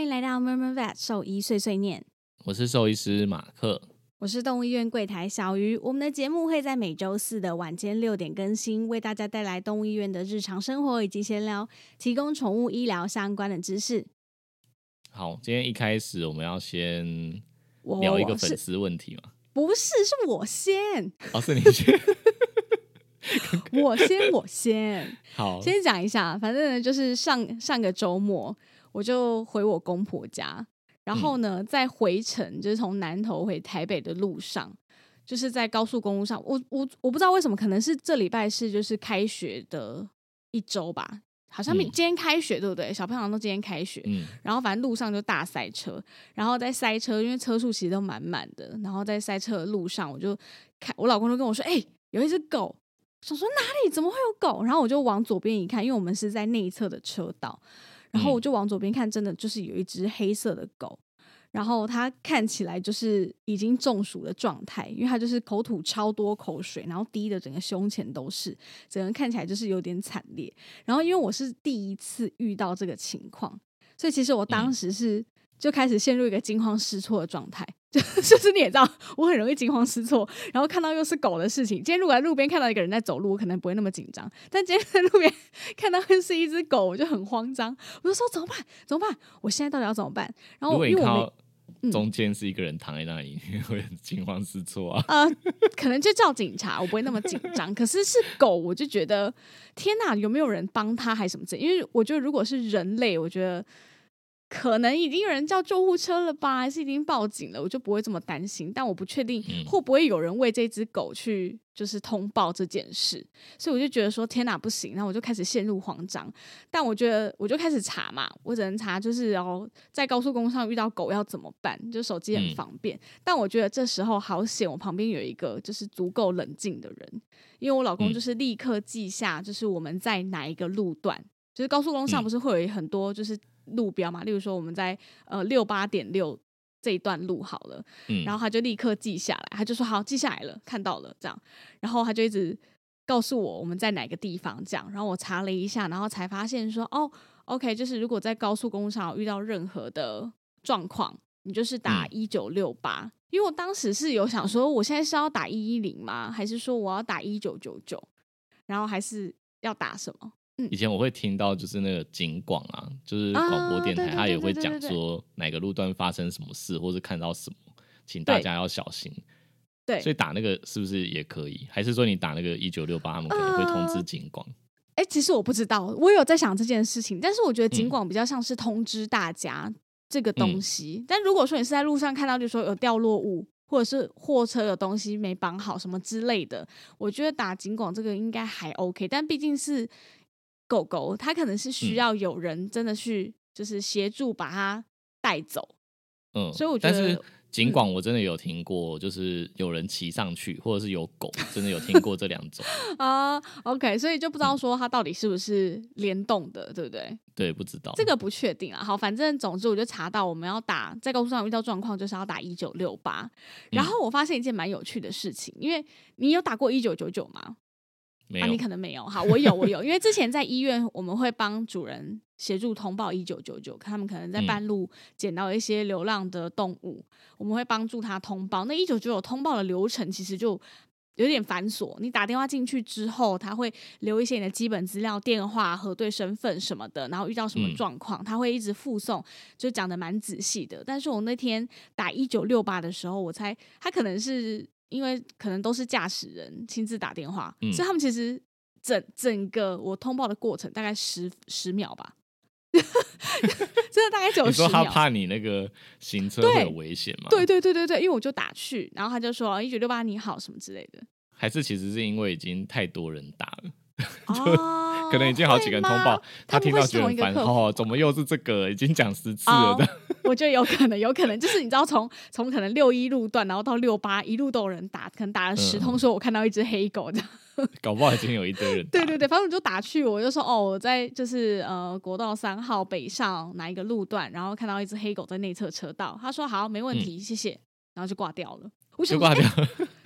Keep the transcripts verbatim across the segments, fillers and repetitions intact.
迎来到 Murmur Vet 兽医碎碎念， 我是兽医师马克， 我是动物医院柜台小鱼。我们的节目会在每周四的晚间六点更新，为大家带来动物医院的日常生活以及闲聊，提供宠物医疗相关的知识。 好，今天一开始我们要先聊一个粉丝问题嘛？ 不是，是我先。 哦，是你先。 我先，我先。 好， 先讲一下，反正呢，就是上上个周末我就回我公婆家，然后呢，嗯、在回程就是从南投回台北的路上，就是在高速公路上，我我我不知道为什么，可能是这礼拜是就是开学的一周吧。好像今天开学、嗯、对不对？小朋友都今天开学、嗯、然后反正路上就大塞车，然后在塞车，因为车速其实都满满的，然后在塞车的路上，我就看我老公就跟我说：“哎、欸，有一只狗。”想说哪里怎么会有狗？然后我就往左边一看，因为我们是在内侧的车道，然后我就往左边看，真的就是有一只黑色的狗，然后它看起来就是已经中暑的状态，因为它就是口吐超多口水，然后滴的整个胸前都是，整个看起来就是有点惨烈。然后因为我是第一次遇到这个情况，所以其实我当时是就开始陷入一个惊慌失措的状态。就是你也知道我很容易惊慌失措，然后看到又是狗的事情，今天如果在路边看到一个人在走路，我可能不会那么紧张，但今天在路边看到是一只狗，我就很慌张，我就说怎么办怎么办，我现在到底要怎么办？然后如果你看到中间是一个人躺在那里、嗯、会很惊慌失措啊。 呃，可能就叫警察，我不会那么紧张。可是是狗，我就觉得天哪，有没有人帮他还是什么之类？因为我觉得如果是人类，我觉得可能已经有人叫救护车了吧，还是已经报警了，我就不会这么担心。但我不确定会不会有人为这只狗去就是通报这件事，所以我就觉得说天哪不行，然后我就开始陷入慌张。但我觉得我就开始查嘛，我只能查就是哦，在高速公路上遇到狗要怎么办，就手机很方便、嗯、但我觉得这时候好险，我旁边有一个就是足够冷静的人，因为我老公就是立刻记下就是我们在哪一个路段、嗯、就是高速公路上不是会有很多就是路标嘛，例如说我们在呃六八点六这一段路好了、嗯，然后他就立刻记下来，他就说好记下来了，看到了这样，然后他就一直告诉我我们在哪个地方这样，然后我查了一下，然后才发现说哦 ，OK， 就是如果在高速公路上有遇到任何的状况，你就是打一九六八，因为我当时是有想说我现在是要打一一零吗？还是说我要打一九九九？然后还是要打什么？ 以前我会听到就是那个警广啊，就是广播电台，他也会讲说哪个路段发生什么事，或是看到什么，请大家要小心。对，所以打那个是不是也可以？还是说你打那个一九六八，他们可能会通知警广？ 哎、呃，其实我不知道，我有在想这件事情，但是我觉得警广比较像是通知大家这个东西。嗯、但如果说你是在路上看到，就说有掉落物，或者是货车有东西没绑好什么之类的，我觉得打警广这个应该还 OK， 但毕竟是狗狗，它可能是需要有人真的去就是协助把它带走，嗯，所以我觉得但是警广我真的有听过、嗯、就是有人骑上去或者是有狗，真的有听过这两种啊、OK， 所以就不知道说它到底是不是联动的、嗯、对不对？ 对，不知道， 这个不确定啊。好，反正总之我就查到我们要打在高速上遇到状况就是要打一九六八，然后我发现一件蛮有趣的事情、嗯、因为你有打过一九九九吗？ 没有、 啊、你可能没有。好，我有我有因为之前在医院我们会帮主人协助通报一九九九，他们可能在半路捡到一些流浪的动物、嗯、我们会帮助他通报。那一九九九通报的流程其实就有点繁琐，你打电话进去之后他会留一些你的基本资料，电话核对身份什么的，然后遇到什么状况、嗯、他会一直附送，就讲得蛮仔细的。但是我那天打一九六八的时候，我猜他可能是因为可能都是驾驶人亲自打电话、嗯、所以他们其实整整个我通报的过程大概十十秒吧真的大概只有十秒。 你说他怕你那个行车会有危险吗？ 对对对对对，因为我就打去，然后他就说一九六八你好什么之类的。 还是其实是因为已经太多人打了哦，可能已经好几个人通报，他听到觉得很烦，哦，怎么又是这个？已经讲十次了的、哦。 我觉得有可能，有可能就是你知道从，从从可能六一路段，然后到六八一路都有人打，可能打了十通，说我看到一只黑狗的， 搞不好已经有一堆人打。 对对对，反正我就打去，我就说哦，我在就是呃国道三号北上哪一个路段，然后看到一只黑狗在内侧车道。他说好，没问题，嗯、谢谢，然后就挂掉了。我想就挂掉了、 欸。对。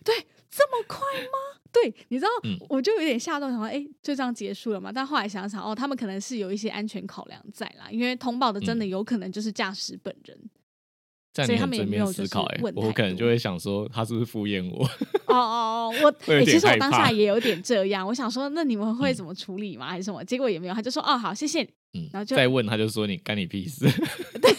这么快吗？对，你知道、 嗯、 我就有点吓到，想说哎，就这样结束了嘛？但后来想想哦，他们可能是有一些安全考量在啦，因为通报的真的有可能就是驾驶本人。嗯， 所以他们也没有思考、欸、我可能就会想说他是不是敷衍我。 哦哦哦，我、欸、其实我当下也有点这样，我想说那你们会怎么处理吗、嗯、还是什么？结果也没有，他就说哦好谢谢你、 嗯、 然后就再问他就说你干你屁事。 对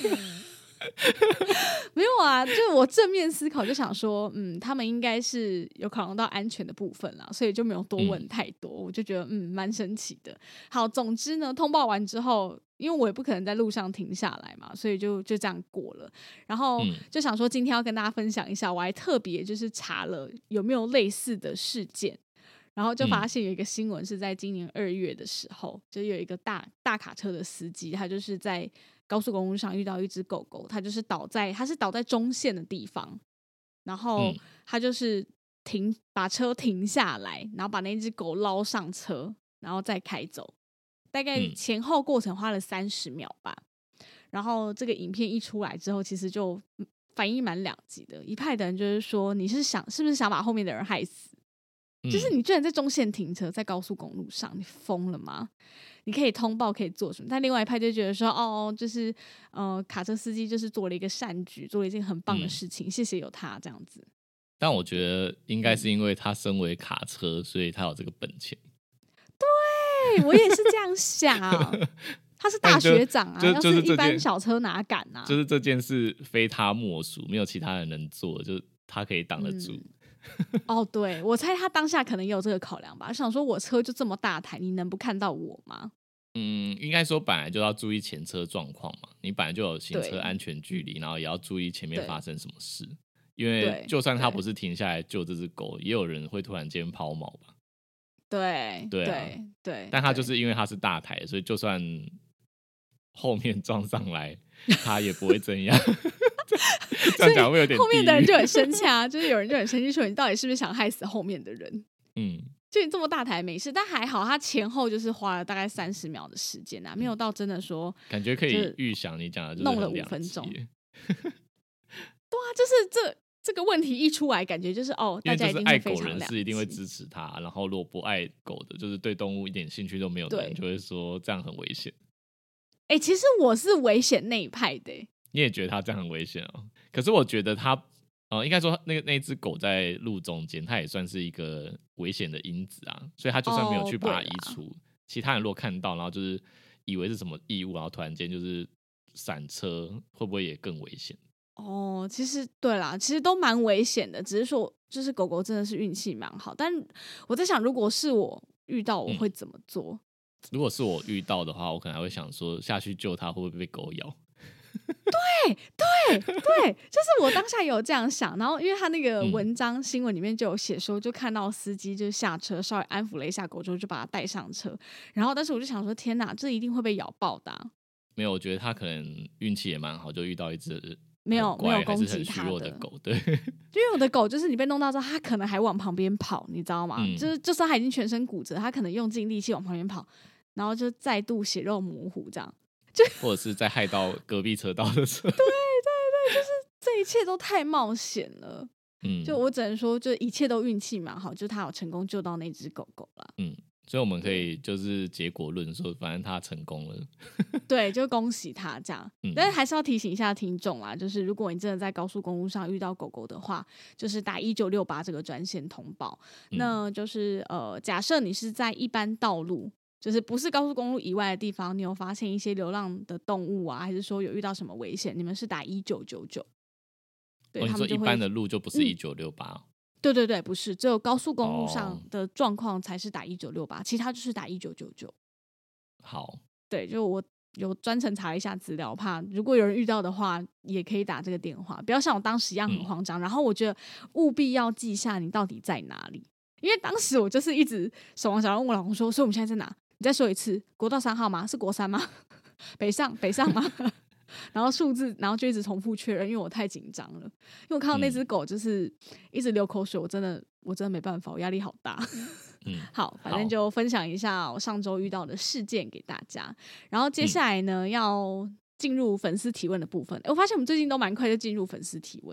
没有啊，就是我正面思考就想说嗯他们应该是有考量到安全的部分啦，所以就没有多问太多、嗯、我就觉得嗯蛮神奇的。好，总之呢通报完之后，因为我也不可能在路上停下来嘛，所以就就这样过了。然后就想说今天要跟大家分享一下，我还特别就是查了有没有类似的事件，然后就发现有一个新闻是在今年二月的时候、嗯、就有一个大大卡车的司机，他就是在高速公路上遇到一只狗狗，他就是倒在他是倒在中线的地方，然后他就是停把车停下来，然后把那只狗捞上车，然后再开走，大概前后过程花了三十秒吧、嗯、然后这个影片一出来之后，其实就反应蛮两极的，一派的人就是说你是想是不是想把后面的人害死、嗯、就是你居然在中线停车，在高速公路上，你疯了吗？你可以通报可以做什么？但另外一派就觉得说哦就是呃卡车司机就是做了一个善举，做了一件很棒的事情、嗯、谢谢有他这样子。 但我觉得应该是因为他身为卡车、嗯、所以他有这个本钱。 对，我也是这样想。他是大学长啊， 就就就是要是一般小车哪敢啊？ 就是这件事非他莫属，没有其他人能做，就他可以挡得住。 嗯、哦，对，我猜他当下可能也有这个考量吧，想说我车就这么大台，你能不看到我吗？ 嗯，应该说本来就要注意前车状况嘛，你本来就有行车安全距离，然后也要注意前面发生什么事，因为就算他不是停下来救这只狗，也有人会突然间抛锚吧。 对对、啊、 对对， 但他就是因为他是大台，所以就算后面撞上来他也不会怎样。这样讲会有点地狱， 后面的人就很生气啊，就是有人就很生气说你到底是不是想害死后面的人。 嗯， 就你这么大台没事，但还好他前后就是花了大概三十秒的时间啊，没有到真的说感觉可以预想你讲的就是弄了五分钟。对啊，就是这这个问题一出来，感觉就是哦，大家一定会非常了解，因为就是爱狗人士一定会支持他，然后如果不爱狗的，就是对动物一点兴趣都没有的人，就会说这样很危险。 哎、欸，其实我是危险那一派的、欸。 你也觉得他这样很危险哦？可是我觉得他，呃，应该说那个那只狗在路中间，它也算是一个危险的因子啊。所以他就算没有去把它移除，哦、其他人如果看到，然后就是以为是什么异物，然后突然间就是闪车，会不会也更危险？ 哦，其实对啦，其实都蛮危险的，只是说就是狗狗真的是运气蛮好。但我在想，如果是我遇到，我会怎么做？嗯、 如果是我遇到的话，我可能还会想说下去救它，会不会被狗咬？ 对对对，就是我当下有这样想，然后因为他那个文章、嗯、新闻里面就有写说，就看到司机就下车稍微安抚了一下狗之后，就把它带上车。然后但是我就想说，天哪，这一定会被咬爆的、啊。 没有，我觉得他可能运气也蛮好，就遇到一只没有没有攻击他的狗。对， 因为有的狗就是你被弄到之后，它可能还往旁边跑，你知道吗？嗯、就是就算它已经全身骨折，它可能用尽力气往旁边跑，然后就再度血肉模糊这样。就或者是在害到隔壁车道的车。 对对对，就是这一切都太冒险了。嗯，就我只能说，就一切都运气蛮好，就他有成功救到那只狗狗啦。 嗯，所以我们可以就是结果论说，反正他成功了。 对，就恭喜他这样。嗯、但是还是要提醒一下听众啦，就是如果你真的在高速公路上遇到狗狗的话，就是打一九六八这个专线通报。嗯、那就是呃，假设你是在一般道路。就是不是高速公路以外的地方，你有发现一些流浪的动物啊，还是说有遇到什么危险，你们是打一九九九。 对，你说一般的路就不是一九六八？ 对对对，不是，只有高速公路上的状况才是打一九六八，其他就是打一九九九。 好， 对，就我有专程查一下资料，怕如果有人遇到的话，也可以打这个电话，不要像我当时一样很慌张。嗯、然后我觉得务必要记下你到底在哪里，因为当时我就是一直手忙脚乱问我老公说，所以我们现在在哪？你再说一次，国道三号吗？是国三吗？北上北上吗？然后数字，然后就一直重复确认，因为我太紧张了。因为我看到那只狗就是一直流口水，我真的我真的没办法，我压力好大。嗯，好，反正就分享一下我上周遇到的事件给大家。然后接下来呢，嗯、要进入粉丝提问的部分。我发现我们最近都蛮快就进入粉丝提问。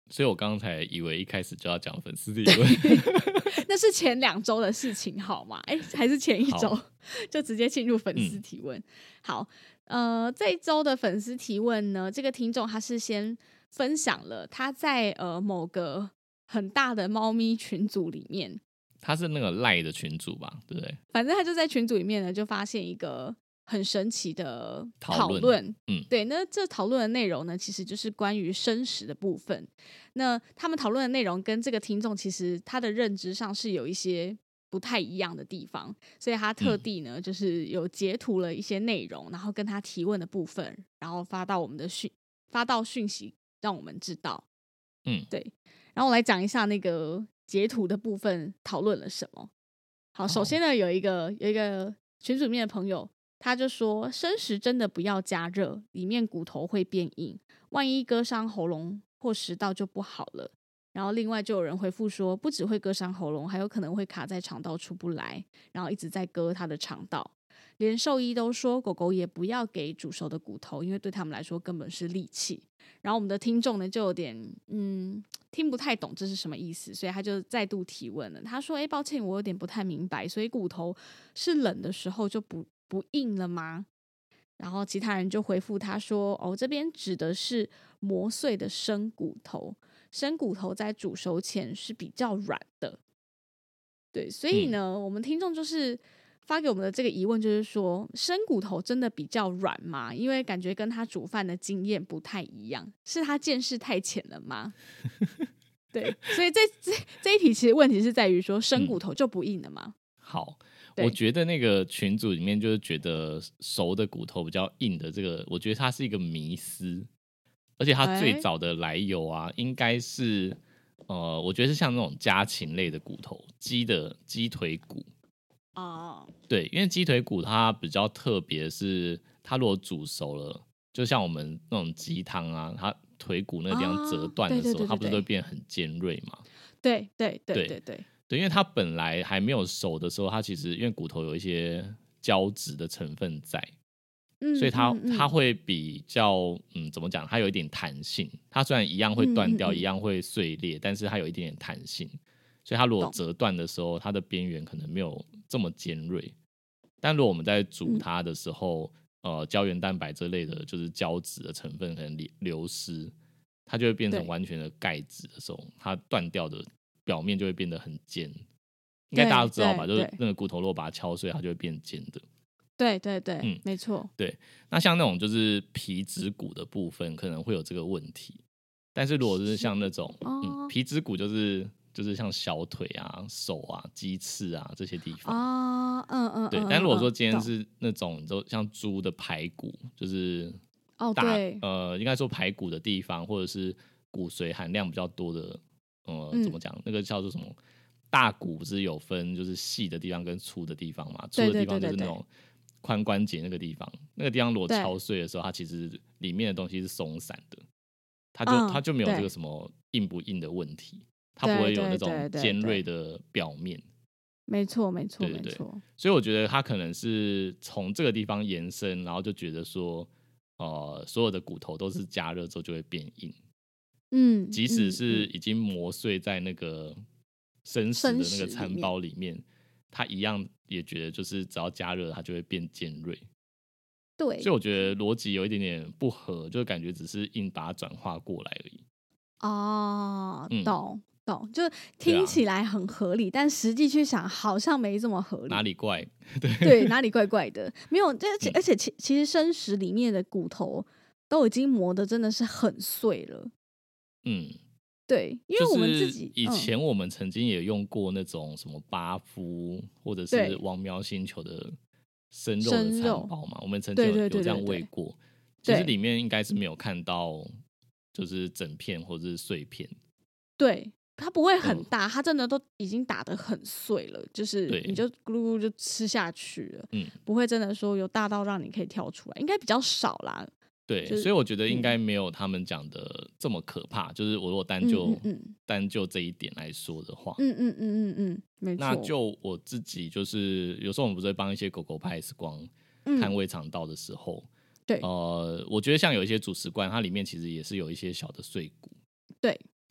所以我刚才以为一开始就要讲粉丝提问那是前两周的事情好吗？哎、欸，还是前一周就直接进入粉丝提问、嗯、好，呃，这一周的粉丝提问呢，这个听众他是先分享了他在呃某个很大的猫咪群组里面， 他是那个赖的群组吧，对不对？ 反正他就在群组里面呢，就发现一个很神奇的讨论，嗯，对，那这讨论的内容呢，其实就是关于生食的部分。那他们讨论的内容跟这个听众其实他的认知上是有一些不太一样的地方，所以他特地呢、嗯、就是有截图了一些内容，然后跟他提问的部分，然后发到我们的讯发到讯息让我们知道。嗯，对。然后我来讲一下那个截图的部分讨论了什么。好，首先呢，有一个有一个群组里面的朋友，他就说生食真的不要加热，里面骨头会变硬，万一割伤喉咙或食道就不好了。然后另外就有人回复说，不只会割伤喉咙，还有可能会卡在肠道出不来，然后一直在割他的肠道。连兽医都说狗狗也不要给煮熟的骨头，因为对他们来说根本是利器。然后我们的听众呢就有点嗯听不太懂这是什么意思，所以他就再度提问了。他说：“哎，抱歉，我有点不太明白，所以骨头是冷的时候就不不硬了吗？”然后其他人就回复他说：“哦，这边指的是磨碎的生骨头，生骨头在煮熟前是比较软的。”对，所以呢，嗯、我们听众就是发给我们的这个疑问就是说，生骨头真的比较软吗？因为感觉跟他煮饭的经验不太一样，是他见识太浅了吗？对，所以这这这一题其实问题是在于说，生骨头就不硬了吗？嗯、 好，我觉得那个群组里面就是觉得熟的骨头比较硬的这个，我觉得它是一个迷思，而且它最早的来由啊，欸、应该是呃，我觉得是像那种家禽类的骨头，鸡的鸡腿骨。哦，对，因为鸡腿骨它比较特别，是它如果煮熟了，就像我们那种鸡汤啊，它腿骨那个地方折断的时候，哦、对对对对对，它不是会变很尖锐嘛？ 对对对对对 对, 对，因为它本来还没有熟的时候，它其实因为骨头有一些胶质的成分在，嗯、所以它嗯嗯它会比较嗯怎么讲？它有一点弹性。它虽然一样会断掉，嗯嗯嗯一样会碎裂，但是它有一点点弹性。所以它如果折断的时候，它的边缘可能没有这么尖锐。但如果我们在煮它的时候，嗯、呃，胶原蛋白这类的，就是胶质的成分可能流失，它就会变成完全的钙质的时候，它断掉的表面就会变得很尖。应该大家都知道吧？就是那个骨头如果把它敲碎，它就会变尖的。 对对对，嗯，没错。 对，那像那种就是皮质骨的部分，可能会有这个问题。但是如果是像那种、哦嗯、皮质骨，就是就是像小腿啊、手啊、鸡翅啊这些地方啊，嗯嗯，对。但如果说今天是那种就像猪的排骨，就是大、哦、对呃，应该说排骨的地方，或者是骨髓含量比较多的，呃，嗯、怎么讲？那个叫做什么？大骨不是有分就是细的地方跟粗的地方嘛？粗的地方就是那种髋关节那个地方，那个地方如果敲碎的时候，它其实里面的东西是松散的，它就、嗯、它就没有这个什么硬不硬的问题。它不会有那种尖锐的表面， 没错没错没错。 所以我觉得它可能是从这个地方延伸，然后就觉得说，呃，所有的骨头都是加热之后就会变硬，嗯，即使是已经磨碎在那个生食的那个餐包里面，它一样也觉得就是只要加热它就会变尖锐。对，所以我觉得逻辑有一点点不合，就感觉只是硬把它转化过来而已。 哦，懂。嗯就听起来很合理、啊、但实际去想好像没这么合理， 哪里怪？ 对, 对哪里怪怪的，没有。而且、嗯、而且其其实生食里面的骨头都已经磨得真的是很碎了。嗯，对，因为我们自己、 就是、以前我们曾经也用过那种什么巴夫或者是王喵星球的生肉的餐包嘛，我们曾经 有, 有这样喂过，其实里面应该是没有看到就是整片或者是碎片。 对，它不会很大、嗯、它真的都已经打得很碎了，就是你就咕噜咕就吃下去了、嗯、不会真的说有大到让你可以挑出来，应该比较少啦。 对、就是、所以我觉得应该没有他们讲的这么可怕、嗯、就是我如果单就、嗯嗯嗯、单就这一点来说的话， 嗯嗯嗯嗯嗯，没错。 那就我自己就是有时候我们不是会帮一些狗狗拍 X 光、嗯、看胃肠道的时候，对，呃，我觉得像有一些主食罐它里面其实也是有一些小的碎骨， 对，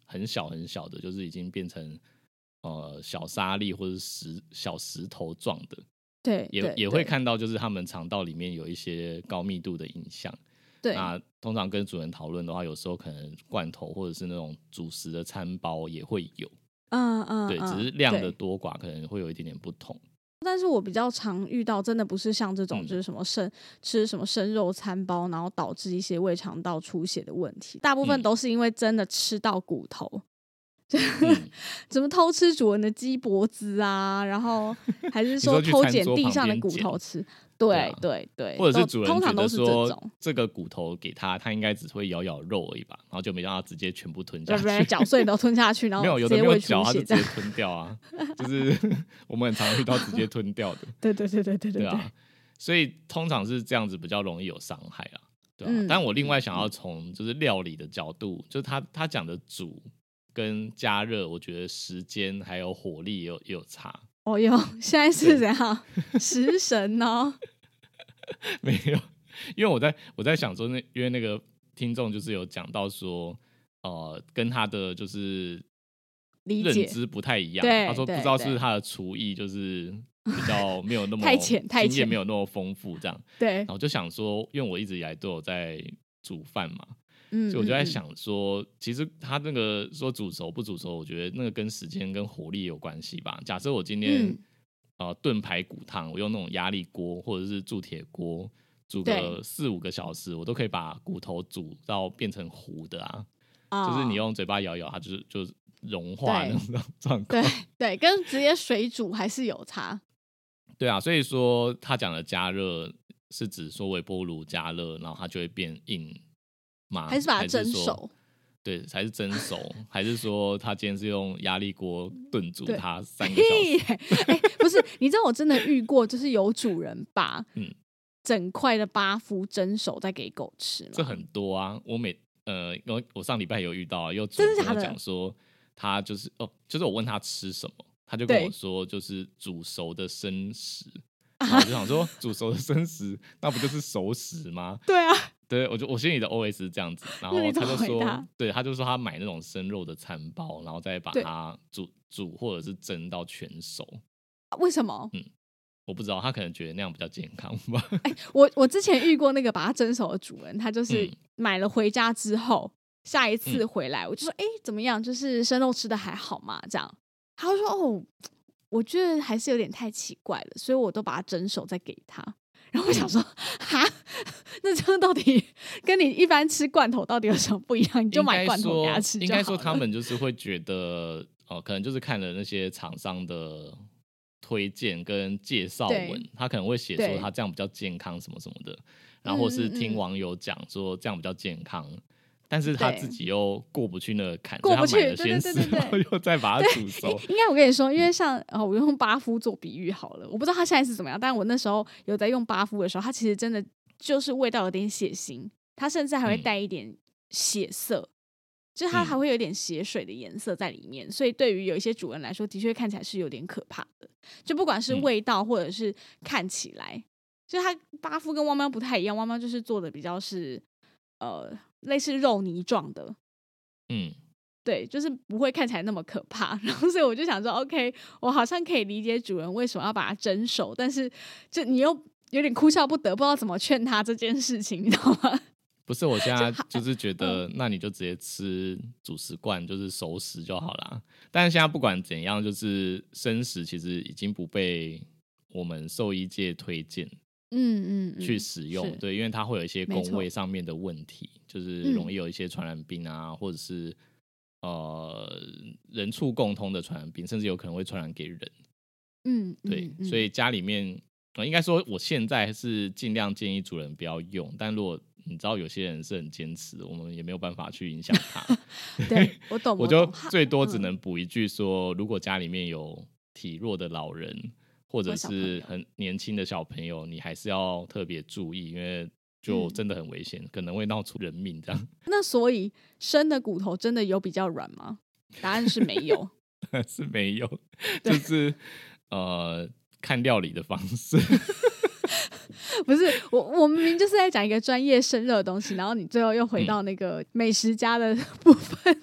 很小很小的，就是已经变成呃小沙粒或者石小石头状的。 对， 也对也会看到，就是他们肠道里面有一些高密度的影像。 对， 那通常跟主人讨论的话，有时候可能罐头或者是那种主食的餐包也会有。 嗯嗯， 对， 嗯只是量的多寡可能会有一点点不同。 但是我比较常遇到，真的不是像这种，就是什么生、嗯、吃什么生肉餐包，然后导致一些胃肠道出血的问题。大部分都是因为真的吃到骨头，嗯、怎么偷吃主人的鸡脖子啊，然后还是说偷捡地上的骨头吃。对对对， 或者是主人觉得说这, 这个骨头给他，他应该只会咬咬肉而已吧，然后就没让他直接全部吞下去， 对，搅碎都吞下去，然后没有有的没有嚼，他就直接吞掉啊，就是我们很常遇到直接吞掉的。 对对对对对 对, 对啊，所以通常是这样子比较容易有伤害啊，对啊。嗯、但我另外想要从就是料理的角度，就是他他讲的煮跟加热，我觉得时间还有火力也有也有差。 哦哟，现在是怎样食神哦？ 没有，因为我在我在想说那，因为那个听众就是有讲到说，呃，跟他的就是认知不太一样。他说不知道是不是他的厨艺就是比较没有那么太浅，太浅， 经验没有那么丰富这样。 对， 然后就想说，因为我一直以来都有在煮饭嘛。 嗯， 所以我就在想说，嗯、其实他那个说煮熟不煮熟，我觉得那个跟时间跟火力有关系吧。假设我今天、嗯、呃炖排骨汤，我用那种压力锅或者是铸铁锅煮个四五个小时，我都可以把骨头煮到变成糊的啊。哦、就是你用嘴巴咬咬，它就是就融化那种状况。 对对，跟直接水煮还是有差。 对啊，所以说他讲的加热是指说微波炉加热，然后它就会变硬。 还是把它蒸熟？ 对，还是蒸熟？还是说他今天是用压力锅炖煮它三个小时？ 欸、不是，你知道我真的遇过，就是有主人把整块的巴夫蒸熟再给狗吃吗？ 这很多啊！我每呃，我我上礼拜有遇到，有主人跟我讲说，他就是哦，就是我问他吃什么，他就跟我说就是煮熟的生食，然后我就想说煮熟的生食，那不就是熟食吗？ 对啊。 对，我就我心里的 O S 是这样子，然后他就说，对，他就说他买那种生肉的餐包，然后再把它煮煮或者是蒸到全熟。 为什么？ 嗯，我不知道，他可能觉得那样比较健康吧。 欸、我我之前遇过那个把它蒸熟的主人，他就是买了回家之后，嗯、下一次回来我就说，哎、欸，怎么样？就是生肉吃的还好吗？这样，他就说，哦，我觉得还是有点太奇怪了，所以我都把它蒸熟再给他。然后我想说，哈，那这样到底跟你一般吃罐头到底有什么不一样？你就买罐头给他吃就好了。 应该说他们就是会觉得，哦，可能就是看了那些厂商的推荐跟介绍文，他可能会写说他这样比较健康什么什么的，然后或是听网友讲说这样比较健康。嗯但是他自己又过不去那个坎， 过不去， 所以他买了鲜食，然后又再把它煮熟。 应该我跟你说，因为像、哦、我用巴夫做比喻好了，我不知道他现在是怎么样，但我那时候有在用巴夫的时候，它其实真的就是味道有点血腥，它甚至还会带一点血色，嗯、就是它还会有点血水的颜色在里面，嗯、所以对于有一些主人来说，的确看起来是有点可怕的。就不管是味道或者是看起来，嗯、就它巴夫跟汪喵不太一样，汪喵就是做的比较是呃。类似肉泥状的， 嗯， 对，就是不会看起来那么可怕。然后所以我就想说 ，OK， 我好像可以理解主人为什么要把它蒸熟，但是就你又有点哭笑不得，不知道怎么劝他这件事情，你知道吗？ 不是，我现在就是觉得，嗯、那你就直接吃主食罐，就是熟食就好啦。但是现在不管怎样，就是生食其实已经不被我们兽医界推荐。 嗯嗯， 去使用，对，因为它会有一些工位上面的问题，就是容易有一些传染病啊，嗯、或者是呃人畜共通的传染病，甚至有可能会传染给人。 嗯， 对， 嗯、 所以家里面、呃、应该说，我现在是尽量建议主人不要用，但如果你知道有些人是很坚持，我们也没有办法去影响他。 对，我懂， 我就最多只能补一句说，嗯、如果家里面有体弱的老人。或者是很年轻的小朋友，你还是要特别注意，因为就真的很危险，嗯、可能会闹出人命这样。 那所以生的骨头真的有比较软吗？答案是没有， 是没有，就是呃看料理的方式。 不是我，我明明就是在讲一个专业生热的东西，然后你最后又回到那个美食家的部分。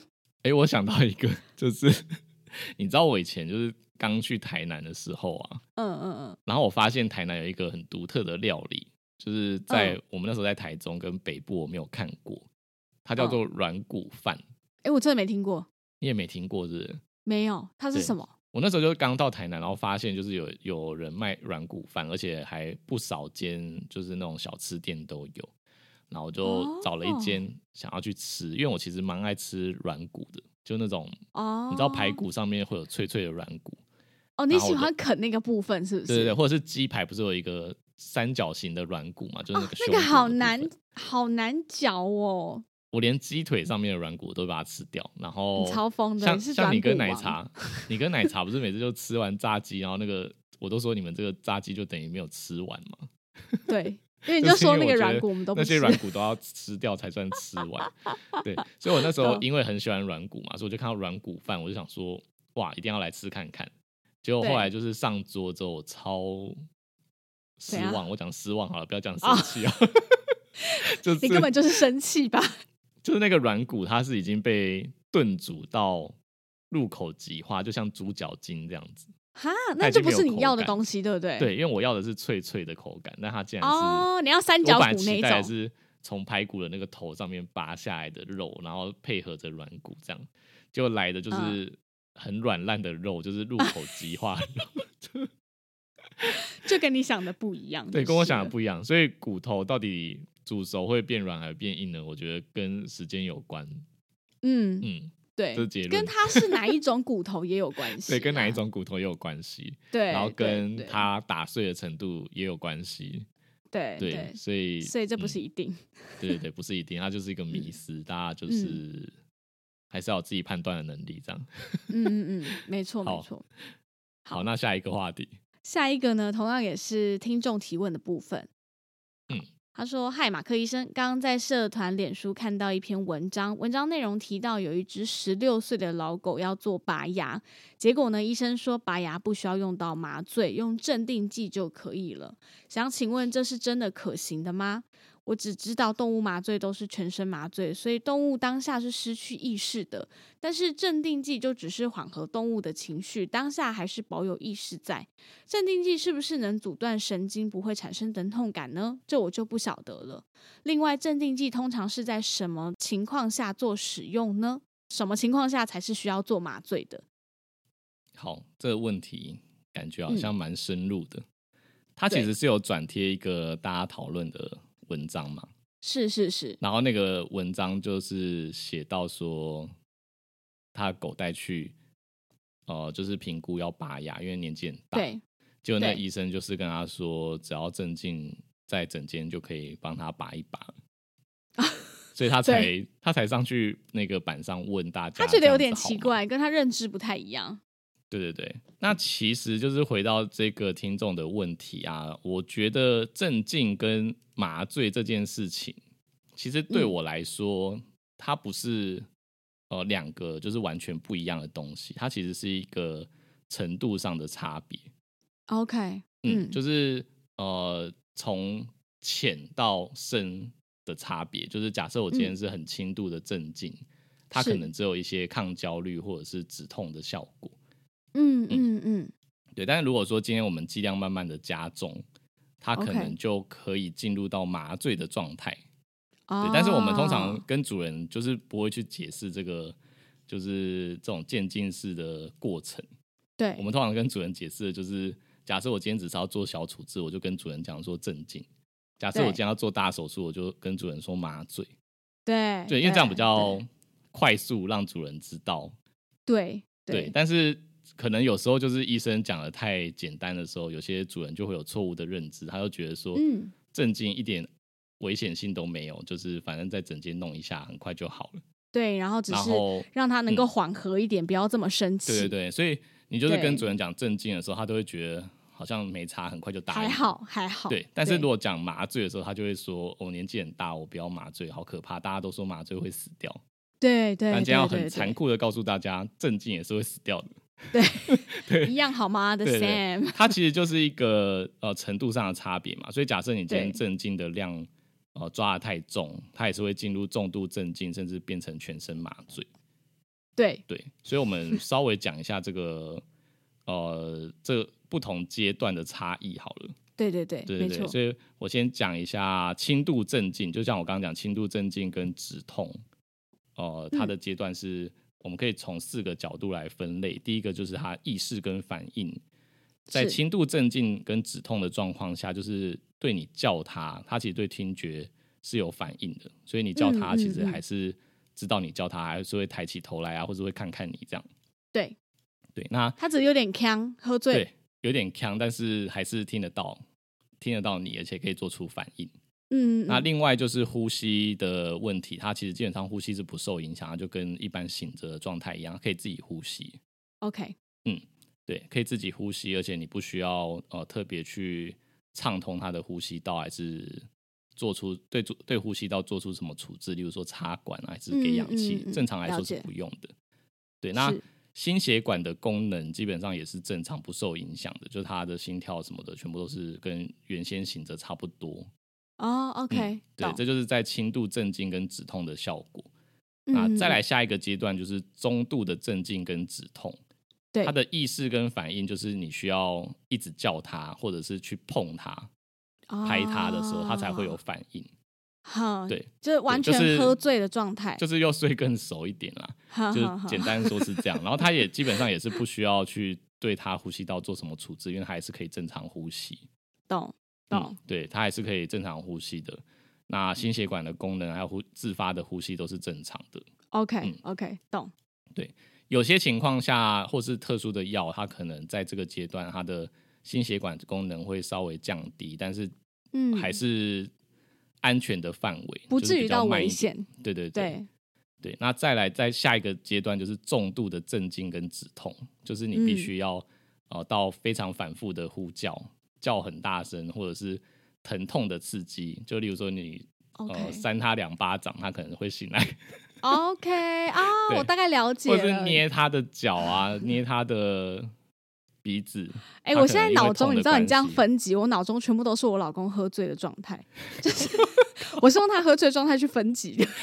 哎、欸，我想到一个，就是你知道我以前就是刚去台南的时候啊，嗯嗯嗯，然后我发现台南有一个很独特的料理，就是在、嗯、我们那时候在台中跟北部我没有看过，它叫做软骨饭。 哎、嗯欸，我真的没听过， 你也没听过是不是？ 没有，它是什么？ 我那时候就刚到台南，然后发现就是有有人卖软骨饭，而且还不少间，就是那种小吃店都有。然后我就找了一间想要去吃，哦、因为我其实蛮爱吃软骨的，就那种、哦、你知道排骨上面会有脆脆的软骨。 哦，你喜欢啃那个部分是不是？ 对对对，或者是鸡排不是有一个三角形的软骨嘛，就是那个胸骨的部分、哦、 那个好难好难嚼哦。 我连鸡腿上面的软骨都把它吃掉，然后你超疯的， 像你是像你跟奶茶，你跟奶茶不是每次就吃完炸鸡，然后那个我都说你们这个炸鸡就等于没有吃完嘛？ 对，因为你就说那个软骨我们都不吃， 那些软骨都要吃掉才算吃完。对，所以我那时候因为很喜欢软骨嘛，所以我就看到软骨饭，我就想说哇，一定要来吃看看。结果后来就是上桌之后，我超失望。我讲失望好了，不要讲生气啊。哦就是你根本就是生气吧？ 就是那个软骨，它是已经被炖煮到入口即化，就像猪脚筋这样子。 哈，那就不是你要的东西，对不对？ 对，因为我要的是脆脆的口感，但它竟然是哦，你要三角骨那一种， 是从排骨的那个头上面拔下来的肉，然后配合着软骨这样，结果来的就是很软烂的肉，就是入口即化的肉。 就跟你想的不一样， 对，跟我想的不一样，所以骨头到底煮熟会变软还是变硬呢？我觉得跟时间有关。嗯嗯， 对， 这结论跟它是哪一种骨头也有关系。 对，跟哪一种骨头也有关系。 对， 然后跟它打碎的程度也有关系。 对对, 对， 所以所以这不是一定。 嗯、对对对，不是一定，它就是一个迷思，嗯、大家就是、嗯、还是要有自己判断的能力，这样。 嗯嗯嗯，没错没错。 好，那下一个话题。 下一个呢，同样也是听众提问的部分。嗯，他说：“嗨，马克医生，刚刚在社团脸书看到一篇文章，文章内容提到有一只十六岁的老狗要做拔牙，结果呢，医生说拔牙不需要用到麻醉，用镇定剂就可以了。想请问这是真的可行的吗？我只知道动物麻醉都是全身麻醉，所以动物当下是失去意识的，但是镇定剂就只是缓和动物的情绪，当下还是保有意识在。镇定剂是不是能阻断神经，不会产生疼痛感呢？这我就不晓得了。另外，镇定剂通常是在什么情况下做使用呢？什么情况下才是需要做麻醉的？” 好，这个问题感觉好像蛮深入的。嗯、它其实是有转贴一个大家讨论的文章嘛， 是是是， 然后那个文章就是写到说，他狗带去，呃，就是评估要拔牙，因为年纪很大， 对， 结果那医生就是跟他说，只要镇静在诊间就可以帮他拔一拔，所以他才他才上去那个板上问大家， 他觉得有点奇怪，跟他认知不太一样。 对对对，那其实就是回到这个听众的问题啊，我觉得镇静跟麻醉这件事情，其实对我来说，嗯、它不是呃两个就是完全不一样的东西，它其实是一个程度上的差别。 OK， 嗯，嗯就是呃从浅到深的差别，就是假设我今天是很轻度的镇静，嗯、它可能只有一些抗焦虑或者是止痛的效果。 嗯嗯嗯， 对，但是如果说今天我们剂量慢慢的加重，它可能就可以进入到麻醉的状态。 Okay. 对，但是我们通常跟主人就是不会去解释这个，就是这种渐进式的过程。 对， 我们通常跟主人解释的就是，假设我今天只是要做小处置，我就跟主人讲说镇静；假设我今天要做大手术，我就跟主人说麻醉。 对， 对，因为这样比较快速，让主人知道。 对对, 对，但是。可能有时候就是医生讲的太简单的时候，有些主人就会有错误的认知，他就觉得说，嗯，镇静一点危险性都没有，就是反正在诊间弄一下，很快就好了。 对，然后只是让他能够缓和一点，嗯、不要这么生气。 对对对，所以你就是跟主人讲镇静的时候，他都会觉得好像没差，很快就答应。 还好还好。 对，但是如果讲麻醉的时候，他就会说，我、哦、年纪很大，我不要麻醉，好可怕，大家都说麻醉会死掉。 对 对, 对, 对, 对， 但今天要很残酷的告诉大家，镇静也是会死掉的。 对对，一样好吗 ？The same。 它其实就是一个呃程度上的差别嘛，所以假设你今天镇静的量呃抓得太重，它也是会进入重度镇静，甚至变成全身麻醉。 对对，所以我们稍微讲一下这个呃这不同阶段的差异好了。 对对对， 对对对，所以我先讲一下轻度镇静，就像我刚刚讲轻度镇静跟止痛，呃，它的阶段是、嗯、我们可以从四个角度来分类。第一个就是它意识跟反应，在轻度镇静跟止痛的状况下，就是对你叫它，它其实对听觉是有反应的，所以你叫它其实还是知道你叫它，还是会抬起头来啊，或者会看看你这样。 对对，那他只是有点呛，喝醉， 对，有点呛，但是还是听得到，听得到你，而且可以做出反应。嗯，那另外就是呼吸的问题，它其实基本上呼吸是不受影响，就跟一般醒着的状态一样，可以自己呼吸。 OK， 嗯，对，可以自己呼吸，而且你不需要呃特别去畅通它的呼吸道，还是做出对对呼吸道做出什么处置，例如说插管啊，还是给氧气、嗯嗯嗯，正常来说是不用的。对，那心血管的功能基本上也是正常不受影响的，就是它的心跳什么的全部都是跟原先醒着差不多。 哦 OK、 嗯、对，这就是在轻度镇静跟止痛的效果。那再来下一个阶段就是中度的镇静跟止痛。对，它的意识跟反应就是你需要一直叫它，或者是去碰它、哦、拍它的时候，它才会有反应。 好， 对， 就是完全喝醉的状态、 就是，就是又睡更熟一点啦。就简单说是这样。然后它也基本上也是不需要去对它呼吸道做什么处置，因为它还是可以正常呼吸。 懂懂、 嗯，对，它还是可以正常呼吸的。那心血管的功能还有呼自发的呼吸都是正常的。 OK、嗯、OK， 懂。 对，有些情况下或是特殊的药，它可能在这个阶段它的心血管功能会稍微降低，但是还是安全的范围， 不至于到危险。 对对 对, 对, 对。那再来在下一个阶段就是重度的镇静跟止痛，就是你必须要、嗯呃、到非常反复的呼叫，叫很大声，或者是疼痛的刺激，就例如说你、okay. 呃扇他两巴掌，他可能会醒来。 OK 啊，我大概了解了。 或者是捏他的脚啊，捏他的鼻子。 哎、欸，我现在脑中，你知道你这样分级，我脑中全部都是我老公喝醉的状态，就是我是用他喝醉的状态去分级的。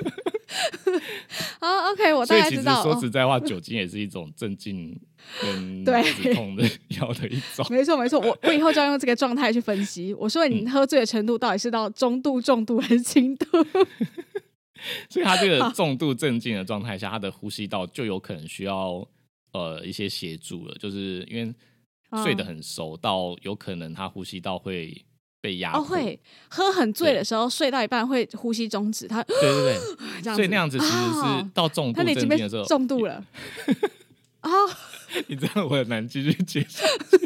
好 ，OK， 我大概知道。 所以其实说实在话，哦、酒精也是一种镇静跟止痛的药的一种。 没错没错，我我以后就要用这个状态去分析。我说你喝醉的程度到底是到中度、重度还是轻度？ 所以他这个重度镇静的状态下，他的呼吸道就有可能需要呃一些协助了，就是因为睡得很熟，到有可能他呼吸道会被压迫。 哦，会喝很醉的时候，睡到一半会呼吸中止，他对对对，所以那样子其实是到重度镇静的时候， 重度了。啊， 你这样我很难继续解释。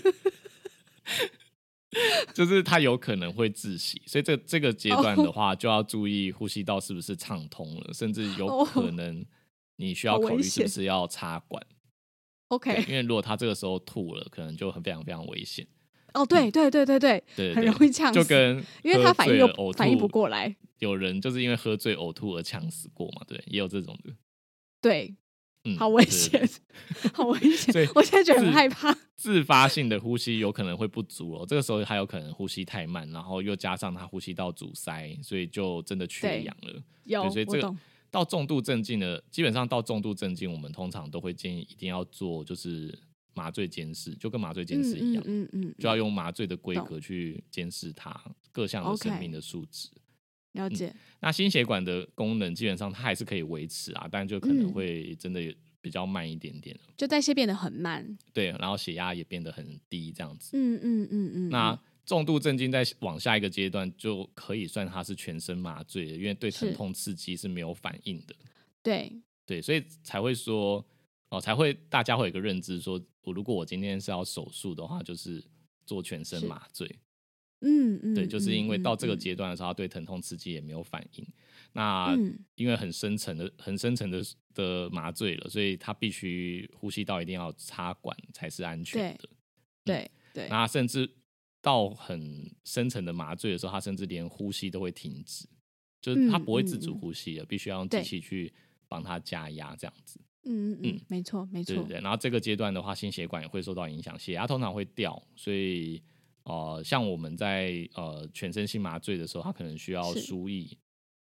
就是他有可能会窒息，所以这这个阶段的话，就要注意呼吸道是不是畅通了， oh. 甚至有可能你需要考虑是不是要插管。 OK， 因为如果他这个时候吐了，可能就很非常非常危险。 哦、oh, ，对对对对对， 对， 很容易呛死， 就跟因为他反应又反应不过来。 有人就是因为喝醉呕吐而呛死过嘛？对，也有这种的。 对。嗯、好危险，好危险！我现在觉得很害怕。 自发性的呼吸有可能会不足哦，这个时候还有可能呼吸太慢，然后又加上他呼吸道阻塞，所以就真的缺氧了。 有， 所以这个到重度镇静的，基本上到重度镇静，我们通常都会建议一定要做就是麻醉监视，就跟麻醉监视一样，嗯 嗯, 嗯, 嗯，就要用麻醉的规格去监视它各项的生命的数值。Okay. 了解、嗯， 那心血管的功能基本上它还是可以维持啊，但就可能会真的比较慢一点点， 就代谢变得很慢， 对，然后血压也变得很低，这样子。 嗯嗯嗯嗯。 那重度镇静再往下一个阶段，就可以算它是全身麻醉的，因为对疼痛刺激是没有反应的。 对对，所以才会说哦，才会大家会有一个认知说，我如果我今天是要手术的话，就是做全身麻醉。 嗯嗯， 对，就是因为到这个阶段的时候，他对疼痛刺激也没有反应。那因为很深层的、很深层的的麻醉了，所以他必须呼吸道一定要插管才是安全的。 对、嗯、对， 那甚至到很深层的麻醉的时候，他甚至连呼吸都会停止，就是他不会自主呼吸的，嗯嗯、必须要用机器去帮他加压这样子。 嗯嗯嗯，没错没错。 对对对，然后这个阶段的话，心血管也会受到影响，血压通常会掉，所以。呃，像我们在呃全身性麻醉的时候，他可能需要输液，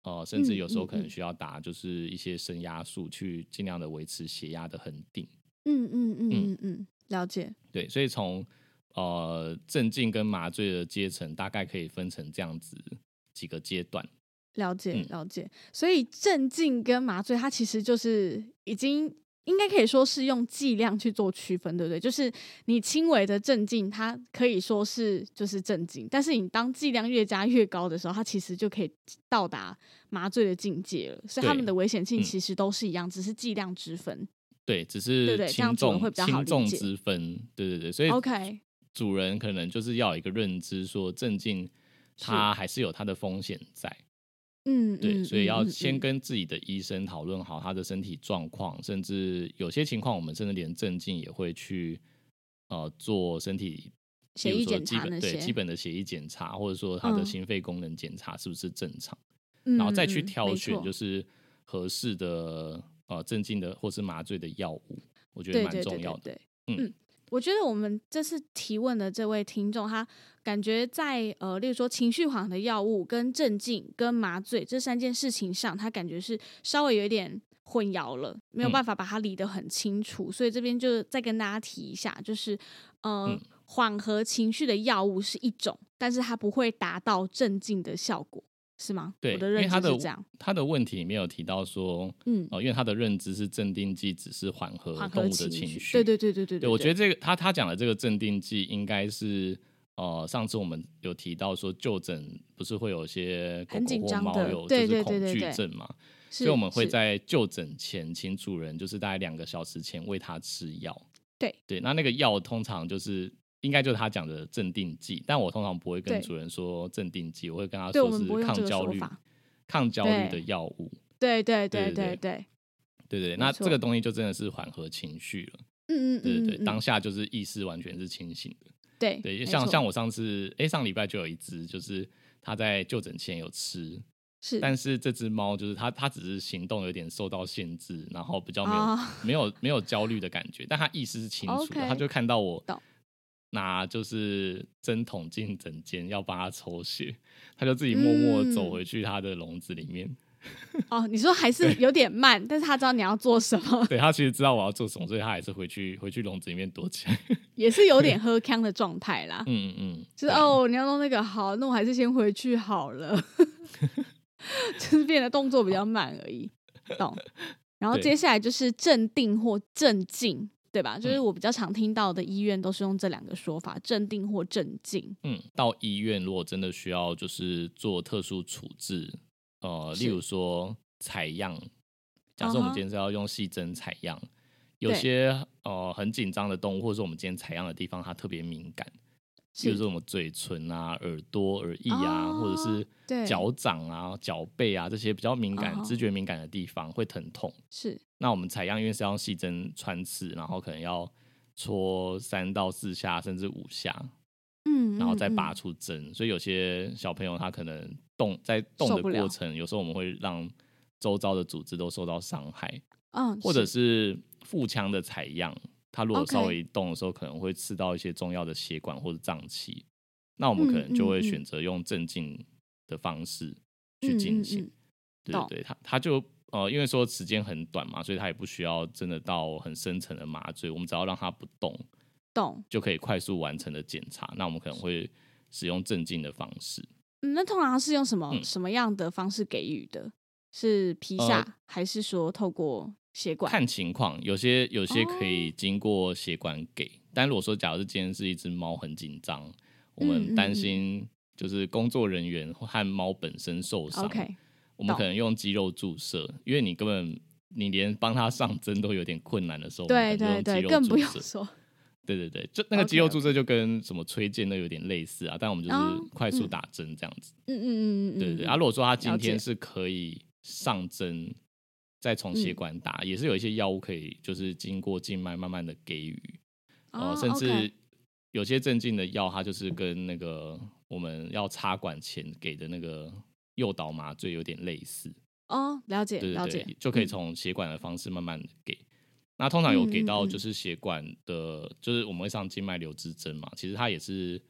呃，甚至有时候可能需要打就是一些升压素去尽量的维持血压的恒定。 嗯嗯嗯嗯嗯，了解。 对，所以从呃镇静跟麻醉的阶层大概可以分成这样子几个阶段。 了解了解，所以镇静跟麻醉它其实就是已经应该可以说是用剂量去做区分，对不对？就是你轻微的镇静它可以说是就是镇静，但是你当剂量越加越高的时候，它其实就可以到达麻醉的境界了。所以他们的危险性其实都是一样、嗯、只是剂量之分。 对，只是轻重会比较好理解， 轻重之分。对对对，所以 OK 主人可能就是要有一个认知，说镇静它还是有它的风险在。 嗯， 对， 嗯所以要先跟自己的医生讨论好他的身体状况，甚至有些情况我们甚至连镇静也会去呃做身体血液检查那些， 对基本的血液检查，或者说他的心肺功能检查是不是正常， 嗯、 然后再去挑选就是合适的呃镇静的或是麻醉的药物，我觉得蛮重要的。 对对对对对，嗯。嗯我觉得我们这次提问的这位听众，他感觉在呃，例如说情绪缓和的药物、跟镇静、跟麻醉这三件事情上，他感觉是稍微有一点混淆了，没有办法把它理得很清楚。嗯、所以这边就再跟大家提一下，就是呃，嗯、缓和情绪的药物是一种，但是它不会达到镇静的效果。是吗？ 对， 我的认知是这样。 他的问题里面有提到说，嗯、呃，因为他的认知是镇定剂只是缓和动物的情绪。 对对对对对 对, 对，我觉得这个他他讲的这个镇定剂应该是呃，上次我们有提到说就诊不是会有些狗狗或猫有就是恐惧症嘛，所以我们会在就诊前请主人就是大概两个小时前喂他吃药。 对对，那那个药通常就是应该就是他讲的镇定剂，但我通常不会跟主人说镇定剂，我会跟他说是抗焦虑、抗焦虑的药物。 对对对对对对对对，那这个东西就真的是缓和情绪了。 嗯嗯嗯， 对对对，当下就是意识完全是清醒的。 对对，像像我上次哎上礼拜就有一只，就是他在就诊前有吃。 是， 但是这只猫就是它，它只是行动有点受到限制，然后比较没有、oh. 没有没有焦虑的感觉，但它意识是清楚的，它、okay. 就看到我拿就是针筒进诊间要帮它抽血，它就自己默默走回去它的笼子里面。 哦、oh, 你说还是有点慢，但是它知道你要做什么。 对，它其实知道我要做什么，所以它还是回去回去笼子里面躲起来， 也是有点喝康的状态啦。 嗯嗯， 就是哦，你要弄那个好，那我还是先回去好了。就是变得动作比较慢而已，懂。然后接下来就是镇定或镇静，对吧？就是我比较常听到的医院都是用这两个说法，镇定或镇静。 嗯，到医院如果真的需要就是做特殊处置，呃，例如说采样，假设我们今天是要用细针采样， uh-huh. 有些呃很紧张的动物，或者说我们今天采样的地方它特别敏感。比如说我们嘴唇啊、耳朵、耳翼啊，哦、或者是脚掌啊、脚背啊这些比较敏感、哦、知觉敏感的地方会疼痛。 是， 那我们采样因为是要用细针穿刺，然后可能要戳三到四下甚至五下，嗯，然后再拔出针、嗯嗯。所以有些小朋友他可能动在动的过程，有时候我们会让周遭的组织都受到伤害， 嗯， 或者是腹腔的采样。它如果稍微动的时候，可能会刺到一些重要的血管或者脏器，那我们可能就会选择用镇静的方式去进行。嗯嗯嗯、对对对，它它就呃，因为说时间很短嘛，所以它也不需要真的到很深层的麻醉，我们只要让它不动， 动就可以快速完成的检查。那我们可能会使用镇静的方式。 嗯，那通常是用什么、嗯、什么样的方式给予的？是皮下、呃、还是说透过？血管看情况，有些有些可以经过血管给、哦，但如果说假如是今天是一只猫很紧张，我们担心就是工作人员和猫本身受伤、 嗯， 我们可能用肌肉注射，因为你根本你连帮它上针都有点困难的时候， 对对对，更不用说， 对对对，就那个肌肉注射就跟什么吹箭都有点类似啊，但我们就是快速打针这样子， 嗯嗯嗯嗯， 对对对，啊，如果说它今天是可以上针。再从血管打、嗯，也是有一些药物可以，就是经过静脉慢慢的给予，哦、呃，甚至有些镇静的药，它就是跟那个我们要插管前给的那个诱导麻醉有点类似。 哦，了解， 对对对， 了解， 就可以从血管的方式慢慢的给。嗯、那通常有给到就是血管的，嗯嗯嗯就是我们会上静脉留置针嘛，其实它也是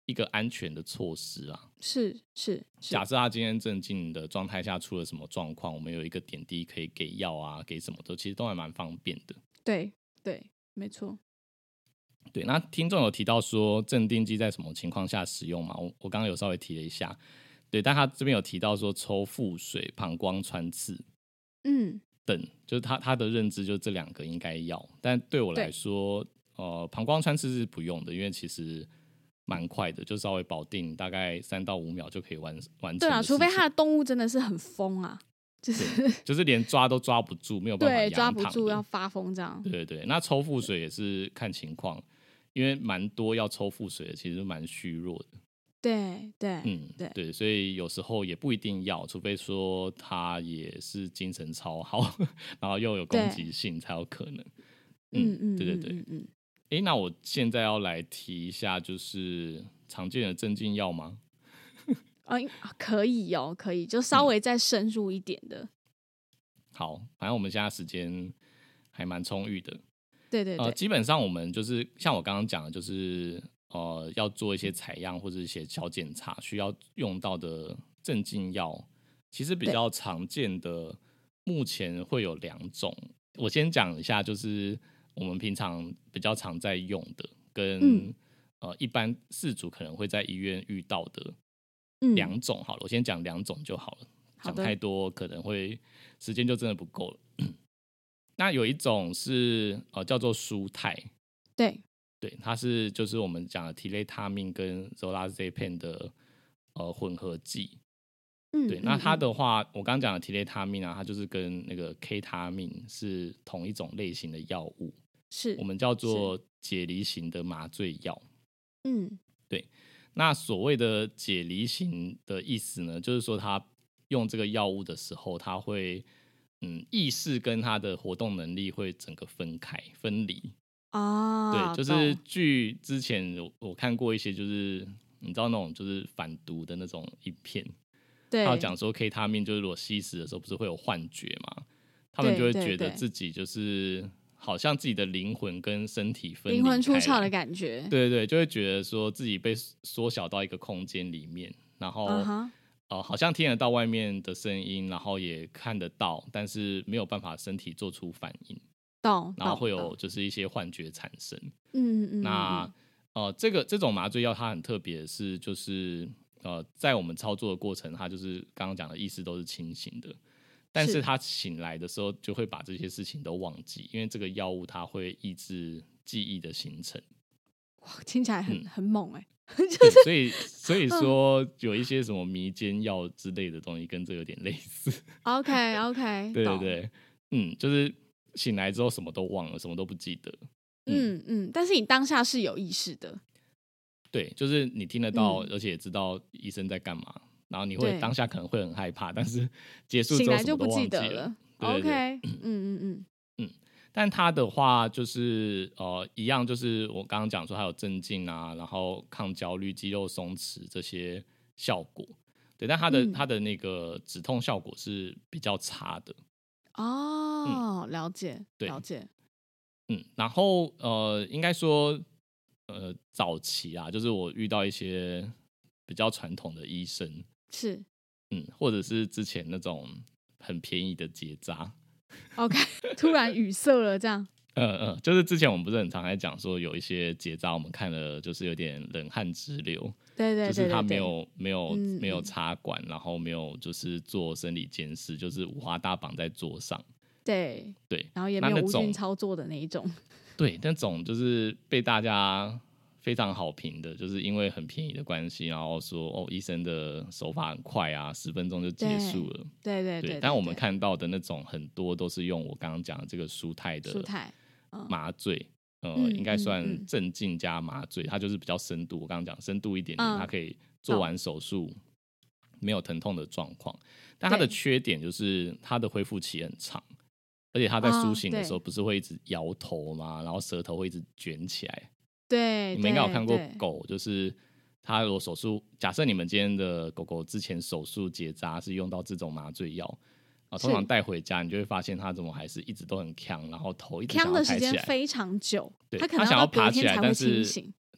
一个安全的措施啊。 是是是， 假设他今天镇静的状态下出了什么状况，我们有一个点滴可以给药啊，给什么的，其实都还蛮方便的。 对对，没错。 对，那听众有提到说镇定剂在什么情况下使用嘛？我我刚刚有稍微提了一下，对，但他这边有提到说抽腹水、膀胱穿刺，嗯，等，就是他他的认知就这两个应该要，但对我来说，呃，膀胱穿刺是不用的，因为其实蛮快的，就稍微保定，大概三到五秒就可以完完成。 对啊，除非他的动物真的是很疯啊。就是就是连抓都抓不住，没有办法对， 仰躺抓不住要发疯这样。 对对对，那抽腹水也是看情况，因为蛮多要抽腹水的，其实蛮虚弱的。 对对， 嗯对对，所以有时候也不一定要，除非说他也是精神超好，然后又有攻击性才有可能。嗯嗯，对对对，嗯嗯。哎，那我现在要来提一下，就是常见的镇静药吗？ 呃，可以哦，可以，就稍微再深入一点的。嗯、 好，反正我们现在时间还蛮充裕的。 对对对， 呃，基本上我们就是像我刚刚讲的，就是呃要做一些采样或者一些小检查，需要用到的镇静药，其实比较常见的，目前会有两种。我先讲一下，就是我们平常比较常在用的，跟、嗯、呃一般饲主可能会在医院遇到的。两种好了，我先讲两种就好了，讲太多可能会时间就真的不够了。那有一种是呃叫做舒泰， 对对，它是就是我们讲的提类他命跟 Zolazepam 的呃混合剂。嗯，对，那它的话，嗯、我刚刚讲的提类他命啊，它就是跟那个 K 他命是同一种类型的药物， 是我们叫做解离型的麻醉药。 嗯， 对。那所谓的解离型的意思呢，就是说他用这个药物的时候，他会嗯意识跟他的活动能力会整个分开分离啊。对，就是据之前我看过一些，就是你知道那种就是反毒的那种影片， 对， 他有讲说 K 他命就是如果吸食的时候不是会有幻觉嘛，他们就会觉得自己就是好像自己的灵魂跟身体分离开来，灵魂出窍的感觉。 对对，就会觉得说自己被缩小到一个空间里面，然后、uh-huh. 呃，好像听得到外面的声音，然后也看得到，但是没有办法身体做出反应， 懂， 然后会有就是一些幻觉产生。 嗯嗯， 那呃，这个这种麻醉药它很特别的是，就是呃，在我们操作的过程，它就是刚刚讲的意识都是清醒的。但是他醒来的时候就会把这些事情都忘记，因为这个药物它会抑制记忆的形成。 哇，听起来很、嗯、很猛哎、 欸就是！所以所以说有一些什么迷奸药之类的东西跟这有点类似。 OK OK， 对对对，嗯，就是醒来之后什么都忘了，什么都不记得。 嗯 嗯, 嗯，但是你当下是有意识的。 对，就是你听得到，嗯、而且也知道医生在干嘛。然后你会当下可能会很害怕，但是结束之后什么都忘记了。醒来就不记得了。 对对对 OK， 嗯嗯嗯嗯。但它的话就是呃一样，就是我刚刚讲说还有镇静啊，然后抗焦虑、肌肉松弛这些效果。对，但它的、嗯、它的那个止痛效果是比较差的。 哦，嗯、了解，了解。 嗯，然后呃，应该说呃早期啊，就是我遇到一些比较传统的医生。 是， 嗯，或者是之前那种很便宜的结扎 ，OK， 突然语塞了这样。 嗯嗯，就是之前我们不是很常在讲说有一些结扎，我们看了就是有点冷汗直流， 对 对, 对, 对, 对， 就是他没有没有、嗯、没有插管，然后没有就是做生理监视，就是五花大绑在桌上， 对对， 然后也没有无菌操作的那一种， 对，那种就是被大家非常好评的，就是因为很便宜的关系，然后说哦，医生的手法很快啊，十分钟就结束了。 对对 对, 对, 对, 对， 但我们看到的那种很多都是用我刚刚讲的这个舒泰的麻醉，呃， 嗯、 应该算镇静加麻醉、嗯嗯，它就是比较深度。我刚刚讲深度一点点、嗯，它可以做完手术、嗯、没有疼痛的状况，但它的缺点就是它的恢复期很长，而且它在苏醒的时候不是会一直摇头吗？然后舌头会一直卷起来。 对， 你们应该有看过狗，就是它如果手术，假设你们今天的狗狗之前手术结扎是用到这种麻醉药啊，通常带回家，你就会发现它怎么还是一直都很呛，然后头一直想要抬起来， 呛的时间非常久， 对， 它可能想要爬起来， 但是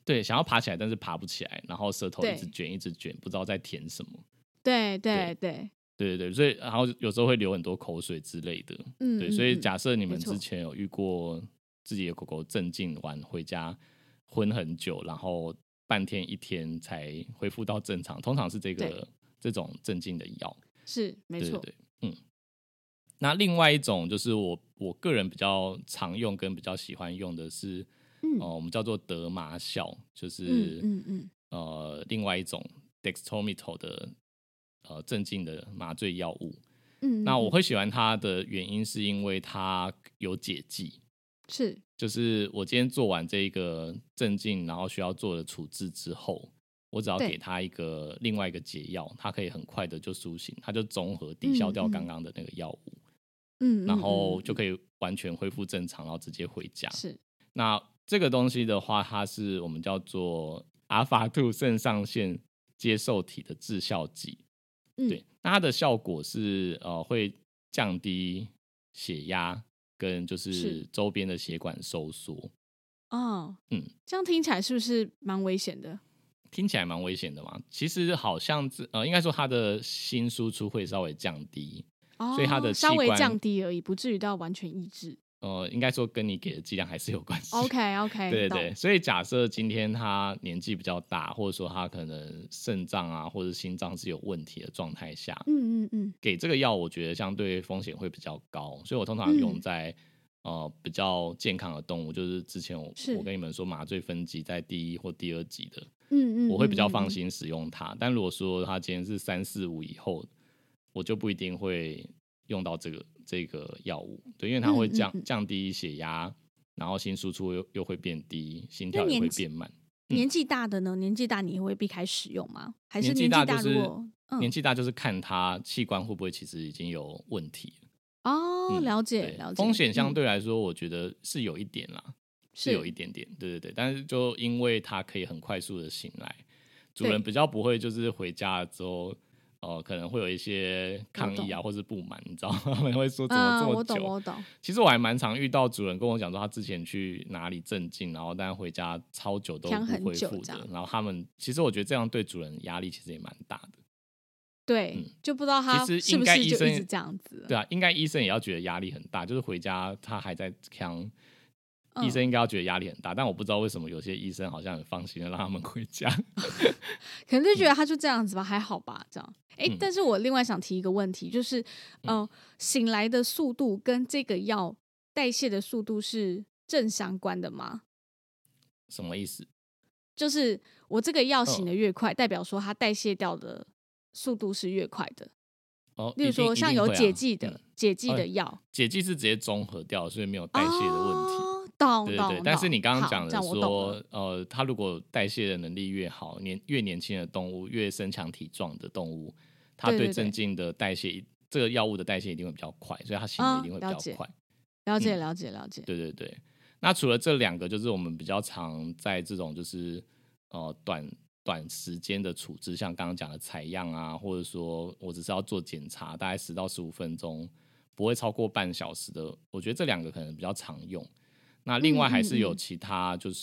对，想要爬起来，但是爬不起来，然后舌头一直卷一直卷，不知道在舔什么。 对对对对对对，所以然后有时候会流很多口水之类的。嗯，对，所以假设你们之前有遇过自己的狗狗镇静完回家昏很久，然后半天一天才恢复到正常，通常是这个这种镇静的药。 是没错。 对对对，嗯。那另外一种就是我我个人比较常用跟比较喜欢用的是，嗯呃、我们叫做德麻效，就是嗯嗯嗯呃另外一种 dextromethorphan 的呃镇静的麻醉药物。嗯, 嗯，那我会喜欢它的原因是因为它有解剂， 是就是我今天做完这个镇静然后需要做的处置之后，我只要给它一个另外一个解药，它可以很快的就苏醒，它就综合抵消掉刚刚的那个药物。嗯，然后就可以完全恢复正常，然后直接回家。 是， 那这个东西的话，它是我们叫做阿尔法二肾上腺接受体的致效剂。嗯，对，那它的效果是呃会降低血压跟就是周边的血管收缩。 哦，嗯，这样听起来是不是蛮危险的？ 听起来蛮危险的嘛。其实好像呃，应该说它的心输出会稍微降低。 哦、 所以它的稍微降低而已，不至于到完全抑制。 呃，应该说跟你给的剂量还是有关系。 OK OK， 对对对。所以假设今天他年纪比较大，或者说他可能肾脏啊或者心脏是有问题的状态下，嗯嗯嗯，给这个药我觉得相对风险会比较高，所以我通常用在、嗯、呃比较健康的动物，就是之前 我, 我跟你们说麻醉分级在第一或第二级的，嗯嗯，我会比较放心使用它。嗯嗯嗯，但如果说他今天是三四五以后，我就不一定会用到这个这个药物，对，因为它会降、嗯嗯嗯、降低血压，然后心输出 又, 又会变低，心跳也会变慢。 年纪、嗯、大的呢？年纪大你会避开使用吗？还是年纪大如果、 嗯、年纪大就是看它器官会不会其实已经有问题了。哦，了解、嗯、了解。 风险相对来说，我觉得是有一点啦，嗯、是有一点点，对对对。但是就因为它可以很快速的醒来，主人比较不会就是回家了之后。呃、可能会有一些抗议啊，或是不满，你知道吗？他们会说怎么这么久？嗯、 我懂我懂。 其实我还蛮常遇到主人跟我讲说，他之前去哪里镇静，然后但回家超久都不恢复的。然后他们其实我觉得这样对主人压力其实也蛮大的。 对、嗯，就不知道他是不是就一直这样子。 对啊，应该医生也要觉得压力很大，就是回家他还在扛。医生应该要觉得压力很大、嗯，但我不知道为什么有些医生好像很放心的让他们回家， 可能就觉得他就这样子吧，嗯、还好吧，这样。哎、欸嗯，但是我另外想提一个问题，就是，呃，嗯、醒来的速度跟这个药代谢的速度是正相关的吗？ 什么意思？ 就是我这个药醒得越快、嗯，代表说它代谢掉的速度是越快的。哦，例如说像有解剂的、啊嗯、解剂的药、哦， 解剂是直接中和掉，所以没有代谢的问题。哦懂对对对，但是你刚刚讲的说，呃，它如果代谢的能力越好，年越年轻的动物，越身强体壮的动物，它对镇静的代谢，对对对，这个药物的代谢一定会比较快，所以它醒的一定会比较快。 了解，了解，了解。 对对对，那除了这两个，就是我们比较常在这种就是呃短短时间的处置，像刚刚讲的采样啊，或者说我只是要做检查，大概十到十五分钟，不会超过半小时的，我觉得这两个可能比较常用。那另外还是有其他就是、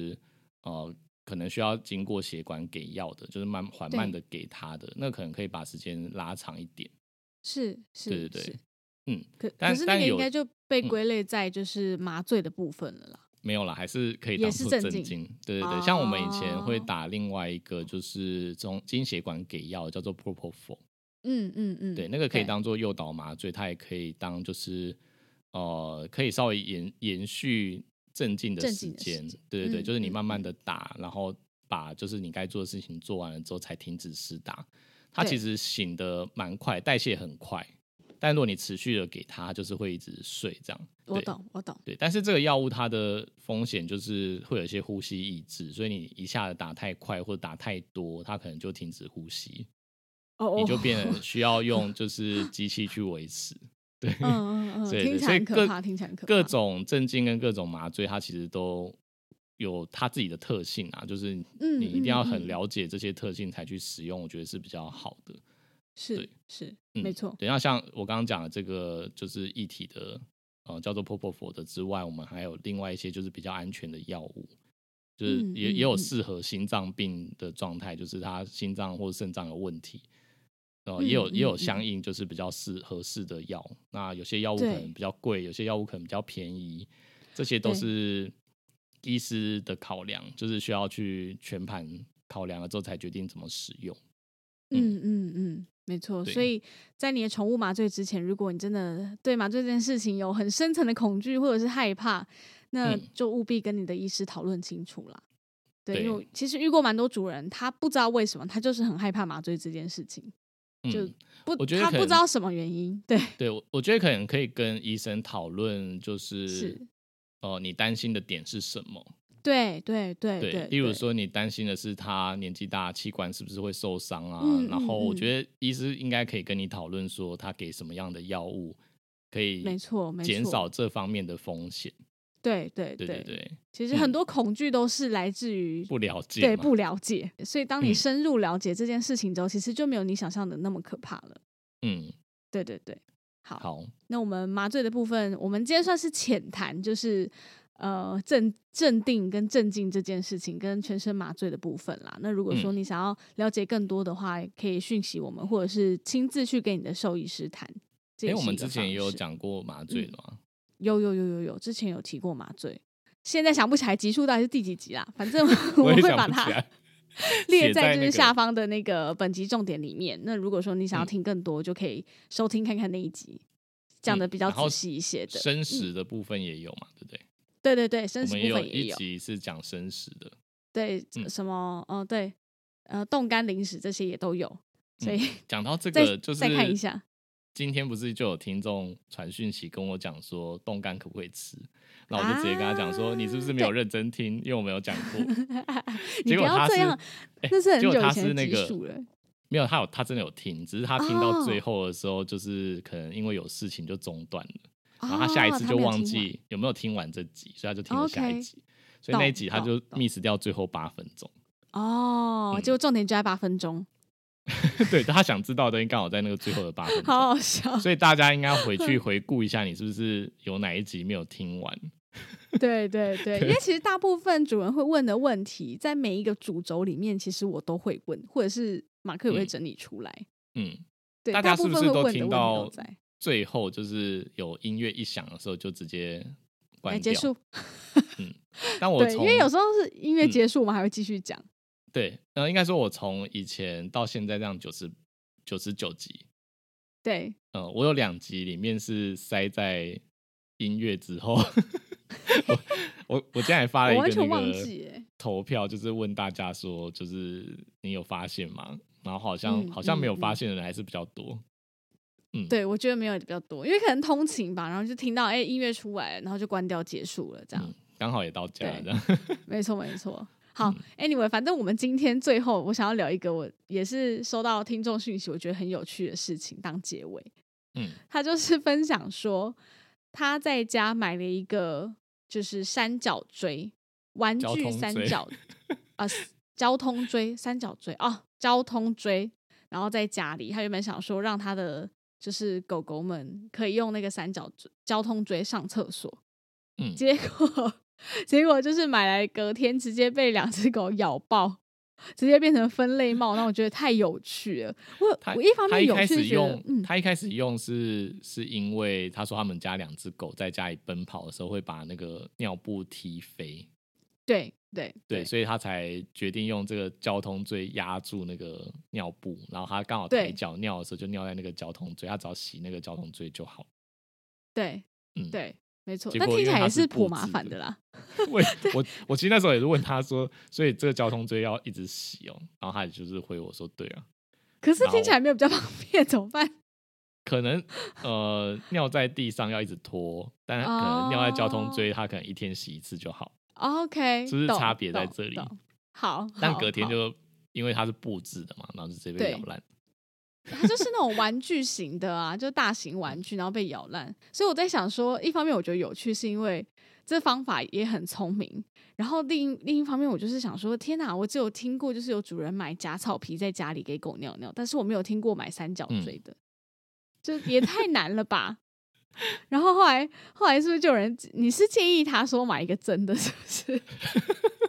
嗯嗯、呃，可能需要经过血管给药的，就是慢缓慢的给他的，那可能可以把时间拉长一点。 是是， 对对对，嗯， 可可是那个应该就被归类在就是麻醉的部分了啦。 嗯、没有啦，还是可以当作镇静。对对对、哦，像我们以前会打另外一个就是从经血管给药叫做 propofol。 嗯嗯嗯， 对，那个可以当做诱导麻醉，它也可以当就是。呃，可以稍微延延续镇静的时间，对对对、嗯，就是你慢慢的打、嗯，然后把就是你该做的事情做完了之后才停止施打。它其实醒得蛮快，代谢很快，但如果你持续的给它，就是会一直睡这样。 我懂，我懂。 对，但是这个药物它的风险就是会有一些呼吸抑制，所以你一下子打太快或者打太多，它可能就停止呼吸，哦、你就变得需要用就是机器去维持。对，嗯嗯嗯，听起来很可怕，听起来很可怕。 各种镇静跟各种麻醉，它其实都有它自己的特性啊，就是你一定要很了解这些特性才去使用，我觉得是比较好的。 是是、嗯，没错。 对，那像我刚刚讲的这个就是液体的，呃，叫做 propofol 的之外，我们还有另外一些就是比较安全的药物。 就是也也有适合心脏病的状态，就是他心脏或肾脏有问题，呃、也有也有相应就是比较适合适的药。那有些药物可能比较贵，有些药物可能比较便宜，这些都是医师的考量，就是需要去全盘考量了之后才决定怎么使用。 嗯嗯嗯，没错。所以在你的宠物麻醉之前，如果你真的对麻醉这件事情有很深层的恐惧或者是害怕，那就务必跟你的医师讨论清楚啦。嗯、对，因为其实遇过蛮多主人，他不知道为什么，他就是很害怕麻醉这件事情，就不， 我觉得他不知道什么原因。对对，我觉得可能可以跟医生讨论，就是是、呃、你担心的点是什么。 对对对 对, 对， 例如说你担心的是他年纪大，气管是不是会受伤啊、嗯、然后我觉得医师应该可以跟你讨论说他给什么样的药物可以减少这方面的风险。 对对 对, 对对对， 其实很多恐惧都是来自于不了解， 对不了解，所以当你深入了解这件事情之后、嗯、其实就没有你想象的那么可怕了。嗯，对对对，好， 好， 那我们麻醉的部分，我们今天算是浅谈，就是呃镇镇定跟镇静这件事情跟全身麻醉的部分啦。那如果说你想要了解更多的话、嗯、可以讯息我们，或者是亲自去跟你的兽医师谈。 因为我们之前也有讲过麻醉的嘛、嗯、 有有有有有，之前有提过麻醉，现在想不起来集数到底是第几集啦，反正我会把它列在就是下方的那个本集重点里面。那如果说你想要听更多、嗯、就可以收听看看那一集，讲的比较仔细一些的。 生食的部分也有嘛、嗯、对不对？ 对对对，生食部分也有， 我们也有一集是讲生食的。 对、嗯、什么呃对呃冻干零食这些也都有，所以讲、嗯、到这个就是再看一下。 今天不是就有听众传讯息跟我讲说冻干可不可以吃，那我就直接跟他讲说、啊、你是不是没有认真听，因为我没有讲过。 你不要这样，那是很久以前的集数了。 没有，他有他真的有听，只是他听到最后的时候，就是可能因为有事情就中断了、哦、然后他下一次就忘记有没有听完这集，所以他就听了下一集、哦 okay、所以那一集他就 miss 掉最后八分钟。 哦、嗯，结果重点就在八分钟。 对，他想知道的东西刚好在那个最后的八分钟， 好好笑。 所以大家应该回去回顾一下，你是不是有哪一集没有听完？ 对对 对, 对，因为其实大部分主人会问的问题，在每一个主轴里面，其实我都会问，或者是马克也会整理出来。嗯，对， 大家是不是都听到最后就是有音乐一响的时候就直接关掉、 哎、结束？ 嗯，但我对，因为有时候是音乐结束，我们还会继续讲。 对，呃，应该说我从以前到现在这样九十九十九集， 对， 呃，我有两集里面是塞在音乐之后。我我我今天还发了一个那个投票，就是问大家说，就是你有发现吗？然后好像、嗯、好像没有发现的人还是比较多。嗯， 对，我觉得没有比较多，因为可能通勤吧，然后就听到哎、欸、音乐出来，然后就关掉结束了，这样刚、嗯、好也到家了，这样。 没错没错。好 ，anyway， 反正我们今天最后我想要聊一个我也是收到听众讯息，我觉得很有趣的事情当结尾。嗯，他就是分享说他在家买了一个就是三角锥玩具三角啊，交通锥三角锥哦，交通锥，然后在家里他原本想说让他的就是狗狗们可以用那个三角交通锥上厕所，嗯，结果。结果就是买来隔天直接被两只狗咬爆，直接变成分类帽，那我觉得太有趣了。我我一方面有趣是觉得， 嗯，他一开始用是是因为他说他们家两只狗在家里奔跑的时候会把那个尿布踢飞， 对对对, 对，所以他才决定用这个交通锥压住那个尿布，然后他刚好抬脚尿的时候就尿在那个交通锥，他只要洗那个交通锥就好。 对，嗯，对。没错，但听起来也是颇麻烦的啦。 我我我其实那时候也是问他说，所以这个交通锥要一直洗哦，然后他也就是回我说对啊。 可是听起来没有比较方便，怎么办？ 可能呃尿在地上要一直拖，但可能尿在交通锥，他可能一天洗一次就好。 OK， 是不是差别在这里？ 好， 但隔天就因为它是布制的嘛，然后就直接被咬烂。 它就是那种玩具型的啊，就大型玩具，然后被咬烂。所以我在想说，一方面我觉得有趣，是因为这方法也很聪明。然后另另一方面，我就是想说，天哪，我只有听过就是有主人买假草皮在家里给狗尿尿，但是我没有听过买三角锥的，嗯、就也太难了吧。然后后来后来是不是就有人？你是建议他说买一个真的，是不是？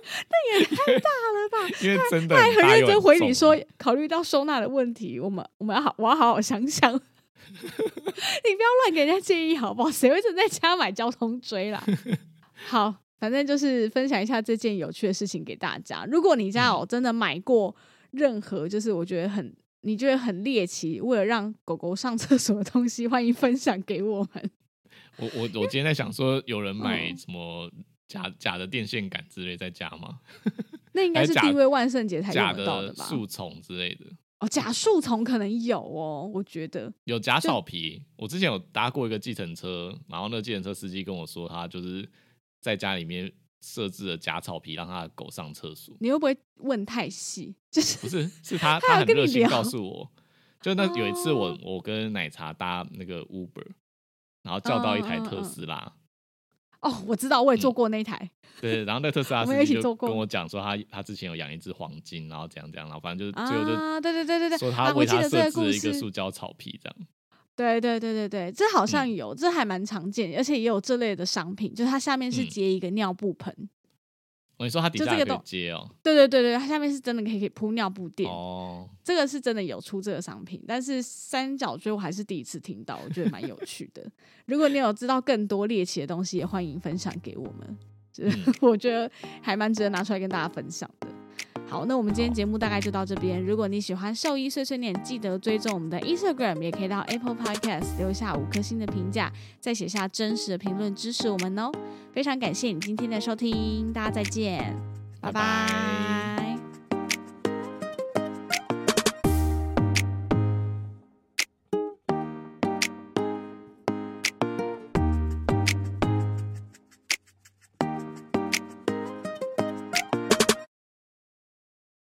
那也太大了吧？ 因为真的他还很认真回你说， 很考虑到收纳的问题，我们我们要好，我要好好想想。你不要乱给人家建议好不好？谁会真在家买交通锥啦？好，反正就是分享一下这件有趣的事情给大家。如果你家有真的买过任何，就是我觉得很你觉得很猎奇，为了让狗狗上厕所的东西，欢迎分享给我们。 我我我今天在想说，有人买什么假假的电线杆之类在家吗？ 那应该是地位万圣节才用得到的吧？ 假的树丛之类的。 哦，假树丛可能有哦，我觉得有假草皮。我之前有搭过一个计程车，然后那个计程车司机跟我说，他就是在家里面设置了假草皮，让他的狗上厕所。 你会不会问太细？就是不是，是他他很热心告诉我。就那有一次我，我、哦、我跟奶茶搭那个 Uber， 然后叫到一台特斯拉。嗯嗯嗯哦，我知道，我也坐过那台。嗯、 对，然后那特斯拉司机就跟我讲说他，他他之前有养一只黄金，然后怎样怎样，然后反正就是最后就啊，对对对对对， 说他为他设置了一个塑胶草皮这样。 对对对对对，这好像有，嗯、这还蛮常见，而且也有这类的商品，就是它下面是接一个尿布盆。嗯我、哦、你说它底下可以接哦？ 对对对对，它下面是真的可以铺尿布垫哦。 这个是真的有出这个商品，但是三角锥我还是第一次听到，我觉得蛮有趣的。如果你有知道更多猎奇的东西，也欢迎分享给我们，就是、嗯、我觉得还蛮值得拿出来跟大家分享的。好，那我们今天节目大概就到这边。如果你喜欢兽医碎碎念，记得追踪我们的 Instagram， 也可以到 Apple Podcast 留下五颗星的评价，再写下真实的评论支持我们哦。非常感谢你今天的收听，大家再见，拜拜。拜拜。